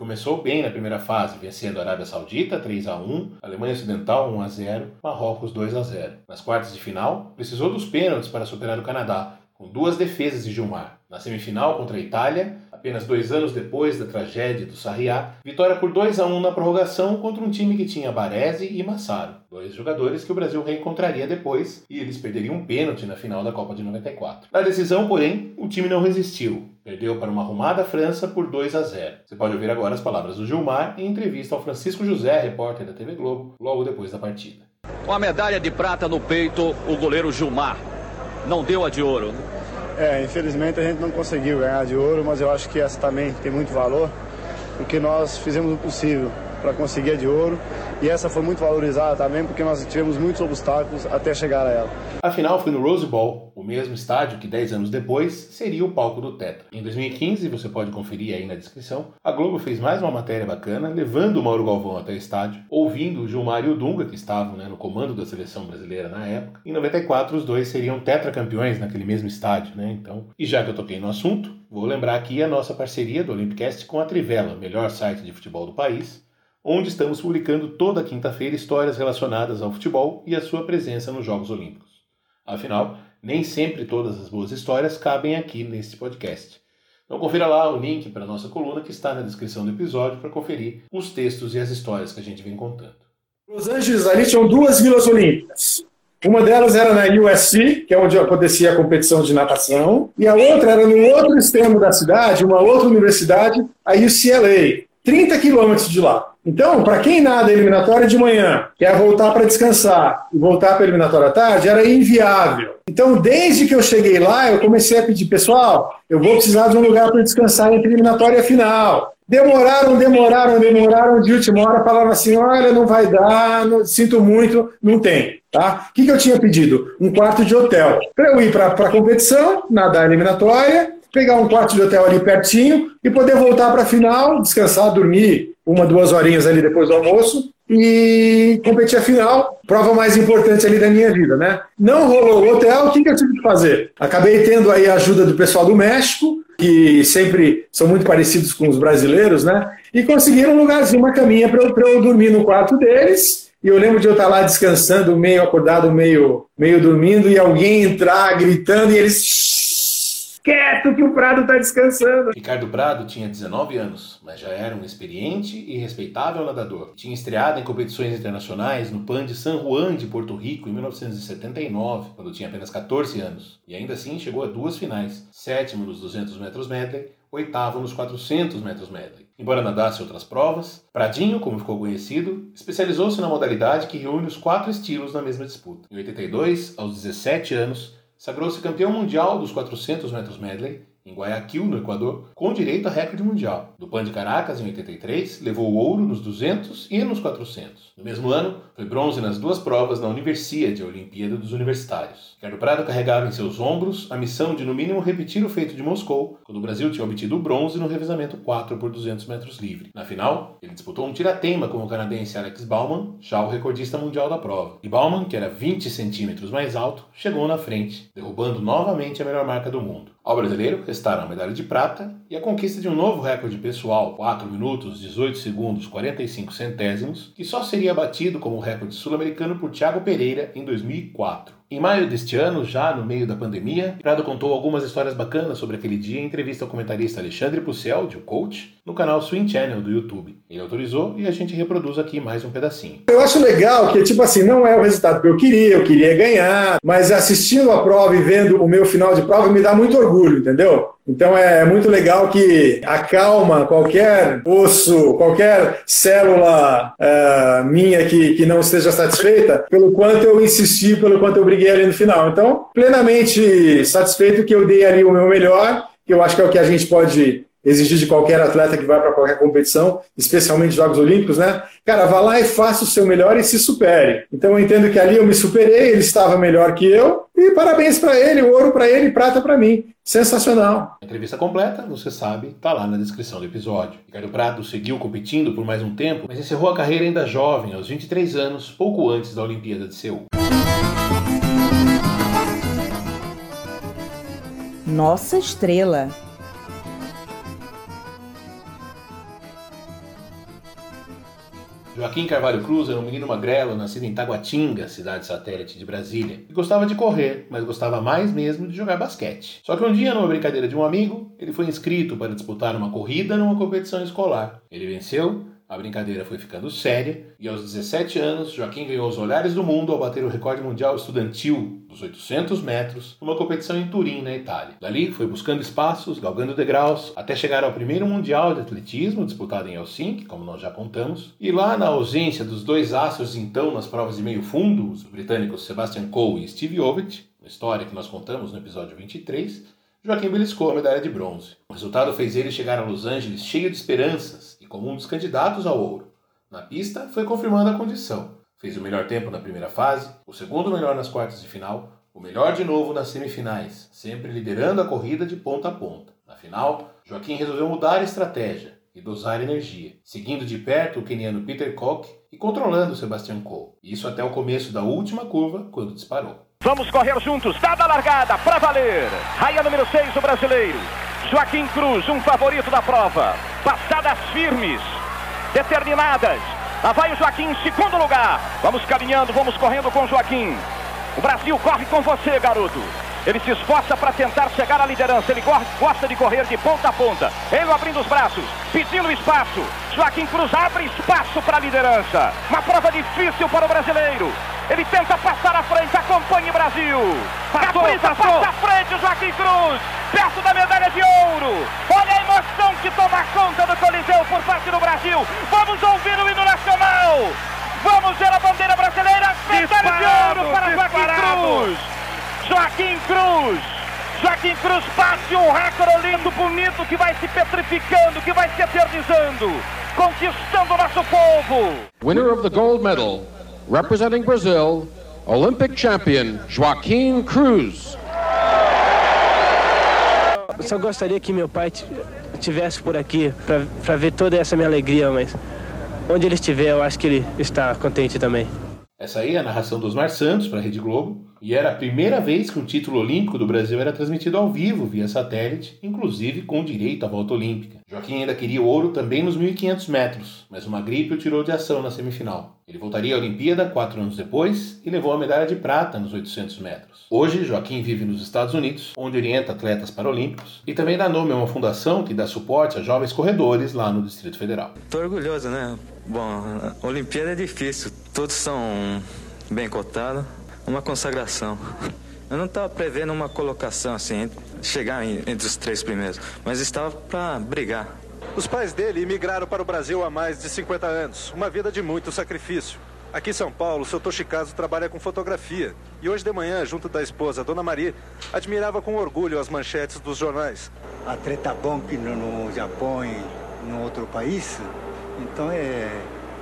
começou bem na primeira fase, vencendo a Arábia Saudita três a um, Alemanha Ocidental um a zero, Marrocos dois a zero. Nas quartas de final, precisou dos pênaltis para superar o Canadá, com duas defesas de Gilmar. Na semifinal contra a Itália, apenas dois anos depois da tragédia do Sarriá, vitória por dois a um na prorrogação contra um time que tinha Baresi e Massaro, dois jogadores que o Brasil reencontraria depois, e eles perderiam um pênalti na final da Copa de noventa e quatro. Na decisão, porém, o time não resistiu. Perdeu para uma arrumada França por dois a zero. Você pode ouvir agora as palavras do Gilmar em entrevista ao Francisco José, repórter da T V Globo, logo depois da partida.
Com a medalha de prata no peito, o goleiro Gilmar não deu a de ouro.
É, infelizmente a gente não conseguiu ganhar de ouro, mas eu acho que essa também tem muito valor, porque nós fizemos o possível para conseguir a de ouro, e essa foi muito valorizada também, porque nós tivemos muitos obstáculos até chegar a ela.
A final foi no Rose Bowl, o mesmo estádio que dez anos depois seria o palco do Tetra. Em dois mil e quinze, você pode conferir aí na descrição, a Globo fez mais uma matéria bacana, levando o Mauro Galvão até o estádio, ouvindo o Gilmar e o Dunga, que estavam, né, no comando da seleção brasileira na época. Em noventa e quatro, os dois seriam tetracampeões naquele mesmo estádio, né? Então, e já que eu toquei no assunto, vou lembrar aqui a nossa parceria do Olympicast com a Trivela, melhor site de futebol do país, onde estamos publicando toda quinta-feira histórias relacionadas ao futebol e a sua presença nos Jogos Olímpicos. Afinal, nem sempre todas as boas histórias cabem aqui neste podcast. Então confira lá o link para a nossa coluna que está na descrição do episódio para conferir os textos e as histórias que a gente vem contando.
Los Angeles, ali tinham duas vilas olímpicas. Uma delas era na U S C, que é onde acontecia a competição de natação, e a outra era no outro extremo da cidade, uma outra universidade, a U C L A, trinta quilômetros de lá. Então, para quem nada eliminatória de manhã, quer voltar para descansar e voltar para a eliminatória à tarde, era inviável. Então, desde que eu cheguei lá, eu comecei a pedir, pessoal, eu vou precisar de um lugar para descansar entre a eliminatória e a final. Demoraram, demoraram, demoraram, de última hora falaram assim, olha, não vai dar, não, sinto muito, não tem. Tá? O que, que eu tinha pedido? Um quarto de hotel. Para eu ir para a competição, nadar a eliminatória, pegar um quarto de hotel ali pertinho e poder voltar para a final, descansar, dormir uma, duas horinhas ali depois do almoço e competir a final, prova mais importante ali da minha vida, né? Não rolou o hotel, o que, que eu tive que fazer? Acabei tendo aí a ajuda do pessoal do México, que sempre são muito parecidos com os brasileiros, né? E conseguiram um lugarzinho, uma caminha para eu, eu dormir no quarto deles. E eu lembro de eu estar lá descansando, meio acordado, meio, meio dormindo, e alguém entrar gritando e eles... Quieto que o Prado está descansando.
Ricardo Prado tinha dezenove anos, mas já era um experiente e respeitável nadador. Tinha estreado em competições internacionais no Pan de San Juan de Porto Rico em mil novecentos e setenta e nove, quando tinha apenas catorze anos. E ainda assim chegou a duas finais, sétimo nos duzentos metros medley, oitavo nos quatrocentos metros medley. Embora nadasse outras provas, Pradinho, como ficou conhecido, especializou-se na modalidade que reúne os quatro estilos na mesma disputa. Em oitenta e dois, aos dezessete anos, sagrou-se campeão mundial dos quatrocentos metros medley, em Guayaquil, no Equador, com direito a recorde mundial. Do Pan de Caracas, em oitenta e três, levou o ouro nos duzentos e nos quatrocentos. No mesmo ano, foi bronze nas duas provas na Universiade, a Olimpíada dos Universitários. Ricardo Prado carregava em seus ombros a missão de, no mínimo, repetir o feito de Moscou, quando o Brasil tinha obtido o bronze no revezamento quatro por duzentos metros livre. Na final, ele disputou um tira-teima com o canadense Alex Bauman, já o recordista mundial da prova. E Bauman, que era vinte centímetros mais alto, chegou na frente, derrubando novamente a melhor marca do mundo. Ao brasileiro restaram a medalha de prata e a conquista de um novo recorde pessoal, quatro minutos, dezoito segundos, quarenta e cinco centésimos, que só seria batido como recorde sul-americano por Thiago Pereira em dois mil e quatro. Em maio deste ano, já no meio da pandemia, Prado contou algumas histórias bacanas sobre aquele dia em entrevista ao comentarista Alexandre Puceldi, o coach, no canal Swim Channel do YouTube. Ele autorizou e a gente reproduz aqui mais um pedacinho.
Eu acho legal que, tipo assim, não é o resultado que eu queria, eu queria ganhar, mas assistindo a prova e vendo o meu final de prova me dá muito orgulho, entendeu? Então é muito legal que acalma qualquer osso, qualquer célula uh, minha que, que não esteja satisfeita pelo quanto eu insisti, pelo quanto eu briguei ali no final. Então, plenamente satisfeito que eu dei ali o meu melhor, que eu acho que é o que a gente pode exigir de qualquer atleta que vai para qualquer competição, especialmente Jogos Olímpicos, né? Cara, vá lá e faça o seu melhor e se supere. Então eu entendo que ali eu me superei, ele estava melhor que eu, e parabéns para ele, ouro para ele, prata para mim. Sensacional.
A entrevista completa, você sabe, está lá na descrição do episódio. Ricardo Prado seguiu competindo por mais um tempo, mas encerrou a carreira ainda jovem, aos vinte e três anos, pouco antes da Olimpíada de Seul.
Nossa estrela.
Joaquim Carvalho Cruz era um menino magrelo nascido em Taguatinga, cidade satélite de Brasília, e gostava de correr, mas gostava mais mesmo de jogar basquete. Só que um dia, numa brincadeira de um amigo, ele foi inscrito para disputar uma corrida numa competição escolar. Ele venceu, a brincadeira foi ficando séria, e aos dezessete anos, Joaquim ganhou os olhares do mundo ao bater o recorde mundial estudantil dos oitocentos metros numa competição em Turim, na Itália. Dali, foi buscando espaços, galgando degraus, até chegar ao primeiro mundial de atletismo, disputado em Helsinki, como nós já contamos, e lá, na ausência dos dois astros então nas provas de meio fundo, os britânicos Sebastian Coe e Steve Ovett, uma história que nós contamos no episódio vinte e três, Joaquim beliscou a medalha de bronze. O resultado fez ele chegar a Los Angeles cheio de esperanças e como um dos candidatos ao ouro. Na pista, foi confirmando a condição. Fez o melhor tempo na primeira fase, o segundo melhor nas quartas de final, o melhor de novo nas semifinais, sempre liderando a corrida de ponta a ponta. Na final, Joaquim resolveu mudar a estratégia e dosar energia, seguindo de perto o queniano Peter Koch e controlando o Sebastian Coe. Isso até o começo da última curva, quando disparou.
Vamos correr juntos, dada a largada, pra valer. Raia número seis, o brasileiro. Joaquim Cruz, um favorito da prova. Passadas firmes, determinadas. Lá vai o Joaquim em segundo lugar. Vamos caminhando, vamos correndo com o Joaquim. O Brasil corre com você, garoto. Ele se esforça para tentar chegar à liderança. Ele gosta de correr de ponta a ponta. Ele abrindo os braços, pedindo espaço. Joaquim Cruz abre espaço para a liderança. Uma prova difícil para o brasileiro. Ele tenta passar à frente, acompanhe o Brasil. Passou, Capricha, passou. Passa à frente o Joaquim Cruz, perto da medalha de ouro. Olha a emoção que toma conta do Coliseu por parte do Brasil. Vamos ouvir o hino nacional. Vamos ver a bandeira brasileira. Medalha de ouro para Joaquim Cruz. Joaquim Cruz. Joaquim Cruz bate um recorde lindo, bonito, que vai se petrificando, que vai se eternizando, conquistando o nosso povo.
Winner of the gold medal, representing Brazil, Olympic champion Joaquim Cruz.
Eu só gostaria que meu pai estivesse por aqui para ver toda essa minha alegria, mas onde ele estiver, eu acho que ele está contente também.
Essa aí é a narração do Osmar Santos para a Rede Globo, e era a primeira vez que um título olímpico do Brasil era transmitido ao vivo via satélite, inclusive com direito à volta olímpica. Joaquim ainda queria o ouro também nos mil e quinhentos metros, mas uma gripe o tirou de ação na semifinal. Ele voltaria à Olimpíada quatro anos depois e levou a medalha de prata nos oitocentos metros. Hoje, Joaquim vive nos Estados Unidos, onde orienta atletas paralímpicos, e também dá nome a uma fundação que dá suporte a jovens corredores lá no Distrito Federal.
Estou orgulhoso, né? Bom, a Olimpíada é difícil, todos são bem cotados, uma consagração. Eu não estava prevendo uma colocação assim, chegar entre os três primeiros, mas estava para brigar.
Os pais dele imigraram para o Brasil há mais de cinquenta anos, uma vida de muito sacrifício. Aqui em São Paulo, seu Toshikazu trabalha com fotografia. E hoje de manhã, junto da esposa, Dona Maria, admirava com orgulho as manchetes dos jornais.
Atleta bom que no, no Japão e no outro país, então é...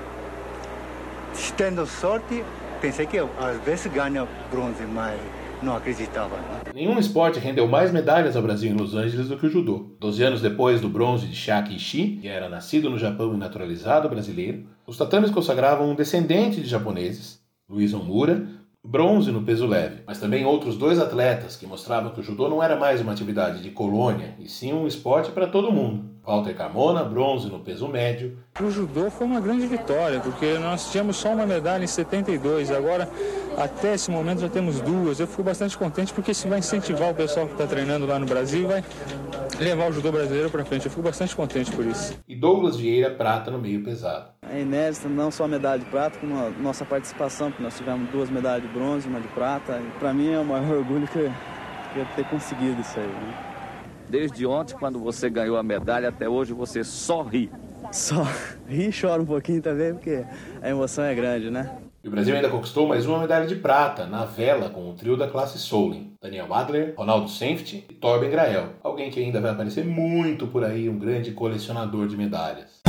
Tendo sorte, pensei que às vezes ganha bronze, mas não acreditava. Né?
Nenhum esporte rendeu mais medalhas ao Brasil em Los Angeles do que o judô. Doze anos depois do bronze de Shaki Ishii, que era nascido no Japão e naturalizado brasileiro, os tatames consagravam um descendente de japoneses, Luiz Omura, bronze no peso leve, mas também outros dois atletas que mostravam que o judô não era mais uma atividade de colônia, e sim um esporte para todo mundo. Walter Carmona, bronze no peso médio.
O judô foi uma grande vitória, porque nós tínhamos só uma medalha em setenta e dois, agora até esse momento já temos duas. Eu fico bastante contente porque isso vai incentivar o pessoal que está treinando lá no Brasil e vai levar o judô brasileiro para frente. Eu fico bastante contente por isso.
E Douglas Vieira, prata no meio pesado.
É inédito, não só a medalha de prata, como a nossa participação, porque nós tivemos duas medalhas de bronze, uma de prata. E para mim é o maior orgulho que eu, que eu ter conseguido isso aí, né?
Desde ontem, quando você ganhou a medalha, até hoje você só ri.
Só ri e chora um pouquinho também, porque a emoção é grande, né?
E o Brasil ainda conquistou mais uma medalha de prata na vela com o trio da classe Solin. Daniel Adler, Ronaldo Senft e Torben Grael. Alguém que ainda vai aparecer muito por aí, um grande colecionador de medalhas.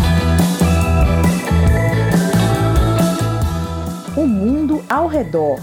O mundo ao redor.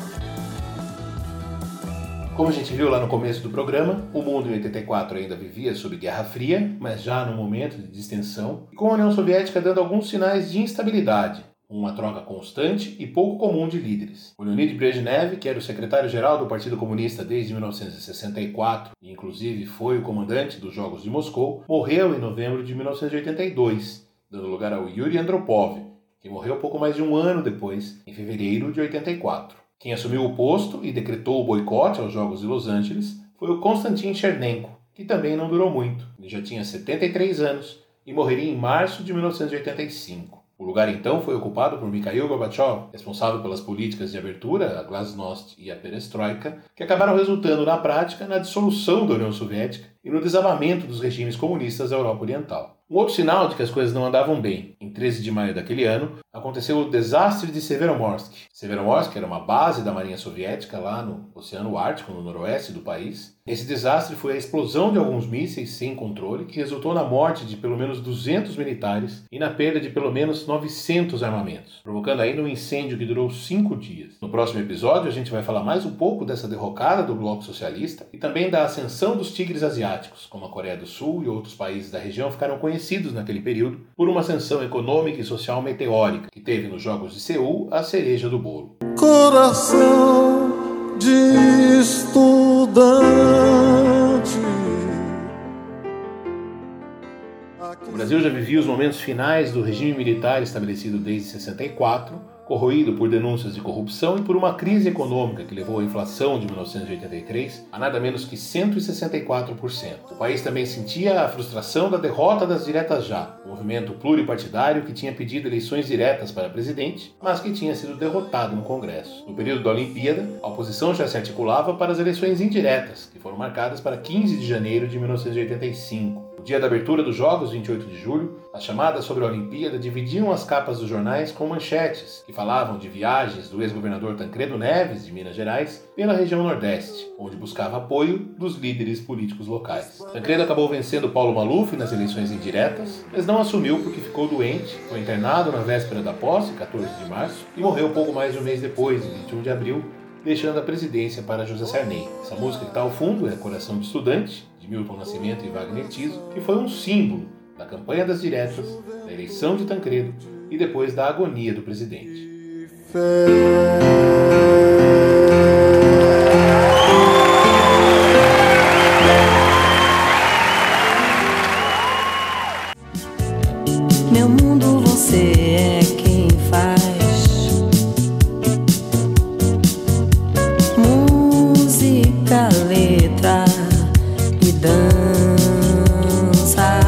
Como a gente viu lá no começo do programa, o mundo em oitenta e quatro ainda vivia sob Guerra Fria, mas já num momento de distensão, e com a União Soviética dando alguns sinais de instabilidade, uma troca constante e pouco comum de líderes. O Leonid Brezhnev, que era o secretário-geral do Partido Comunista desde mil novecentos e sessenta e quatro, e inclusive foi o comandante dos Jogos de Moscou, morreu em novembro de mil novecentos e oitenta e dois, dando lugar ao Yuri Andropov, que morreu pouco mais de um ano depois, em fevereiro de oitenta e quatro. Quem assumiu o posto e decretou o boicote aos Jogos de Los Angeles foi o Konstantin Chernenko, que também não durou muito. Ele já tinha setenta e três anos e morreria em março de mil novecentos e oitenta e cinco. O lugar então foi ocupado por Mikhail Gorbachev, responsável pelas políticas de abertura, a Glasnost e a Perestroika, que acabaram resultando na prática na dissolução da União Soviética e no desabamento dos regimes comunistas da Europa Oriental. Um outro sinal de que as coisas não andavam bem, em treze de maio daquele ano, aconteceu o desastre de Severomorsk. Severomorsk era uma base da Marinha Soviética lá no Oceano Ártico, no noroeste do país. Esse desastre foi a explosão de alguns mísseis sem controle, que resultou na morte de pelo menos duzentos militares e na perda de pelo menos novecentos armamentos, provocando ainda um incêndio que durou cinco dias. No próximo episódio a gente vai falar mais um pouco dessa derrocada do bloco socialista e também da ascensão dos tigres asiáticos, como a Coreia do Sul e outros países da região ficaram conhecidos naquele período por uma ascensão econômica e social meteórica, que teve nos Jogos de Seul a cereja do bolo.
Coração de estudante.
O Brasil já vivia os momentos finais do regime militar estabelecido desde sessenta e quatro, corroído por denúncias de corrupção e por uma crise econômica que levou a inflação de mil novecentos e oitenta e três a nada menos que cento e sessenta e quatro por cento. O país também sentia a frustração da derrota das diretas já, um movimento pluripartidário que tinha pedido eleições diretas para presidente, mas que tinha sido derrotado no Congresso. No período da Olimpíada, a oposição já se articulava para as eleições indiretas, que foram marcadas para quinze de janeiro de mil novecentos e oitenta e cinco. No dia da abertura dos Jogos, vinte e oito de julho, as chamadas sobre a Olimpíada dividiam as capas dos jornais com manchetes que falavam de viagens do ex-governador Tancredo Neves, de Minas Gerais, pela região Nordeste, onde buscava apoio dos líderes políticos locais. Tancredo acabou vencendo Paulo Maluf nas eleições indiretas, mas não assumiu porque ficou doente, foi internado na véspera da posse, quatorze de março, e morreu pouco mais de um mês depois, em vinte e um de abril, deixando a presidência para José Sarney. Essa música que está ao fundo é Coração de Estudante, de Milton Nascimento e Wagner Tiso, que foi um símbolo da campanha das diretas, da eleição de Tancredo e depois da agonia do presidente.
Meu mundo, você é quem faz. Música, letra e dança.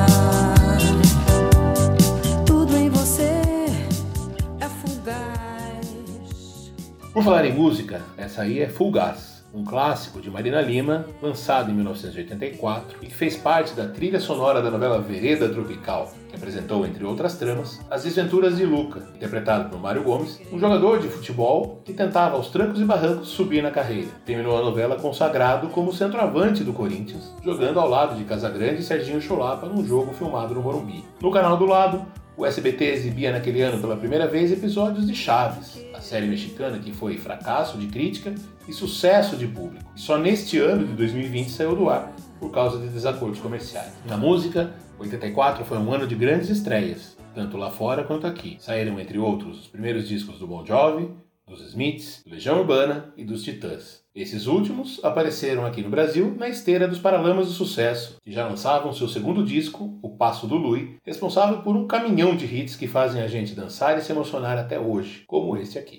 Tudo em você é fugaz.
Por falar em música, essa aí é Fugaz, um clássico de Marina Lima, lançado em mil novecentos e oitenta e quatro e que fez parte da trilha sonora da novela Vereda Tropical, que apresentou, entre outras tramas, as desventuras de Luca, interpretado por Mário Gomes, um jogador de futebol que tentava aos trancos e barrancos subir na carreira. Terminou a novela consagrado como centroavante do Corinthians, jogando ao lado de Casagrande e Serginho Chulapa num jogo filmado no Morumbi. No canal do lado, o S B T exibia naquele ano pela primeira vez episódios de Chaves, a série mexicana que foi fracasso de crítica e sucesso de público. E só neste ano de dois mil e vinte saiu do ar por causa de desacordos comerciais. Na música, oitenta e quatro foi um ano de grandes estreias, tanto lá fora quanto aqui. Saíram, entre outros, os primeiros discos do Bon Jovi, dos Smiths, do Legião Urbana e dos Titãs. Esses últimos apareceram aqui no Brasil na esteira dos Paralamas do Sucesso, que já lançavam seu segundo disco, O Passo do Lui, responsável por um caminhão de hits que fazem a gente dançar e se emocionar até hoje, como este aqui.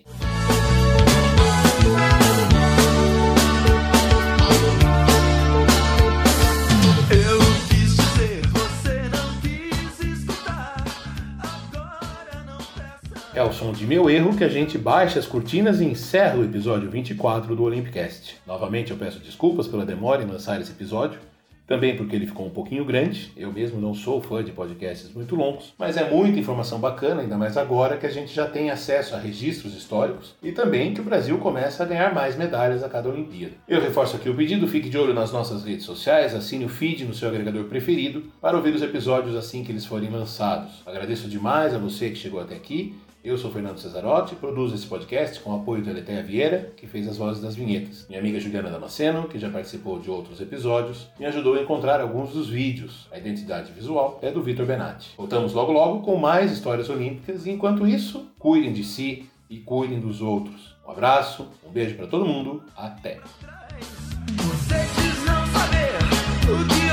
É o som de Meu Erro que a gente baixa as cortinas e encerra o episódio vinte e quatro do Olympicast. Novamente eu peço desculpas pela demora em lançar esse episódio, também porque ele ficou um pouquinho grande. Eu mesmo não sou fã de podcasts muito longos, mas é muita informação bacana, ainda mais agora que a gente já tem acesso a registros históricos e também que o Brasil começa a ganhar mais medalhas a cada Olimpíada. Eu reforço aqui o pedido, fique de olho nas nossas redes sociais, assine o feed no seu agregador preferido para ouvir os episódios assim que eles forem lançados. Agradeço demais a você que chegou até aqui. Eu sou Fernando Cesarotti, produzo esse podcast com o apoio da Eletéia Vieira, que fez as vozes das vinhetas. Minha amiga Juliana Damasceno, que já participou de outros episódios, me ajudou a encontrar alguns dos vídeos. A identidade visual é do Vitor Benatti. Voltamos logo logo com mais histórias olímpicas e, enquanto isso, cuidem de si e cuidem dos outros. Um abraço, um beijo para todo mundo, até!
Você diz não saber o que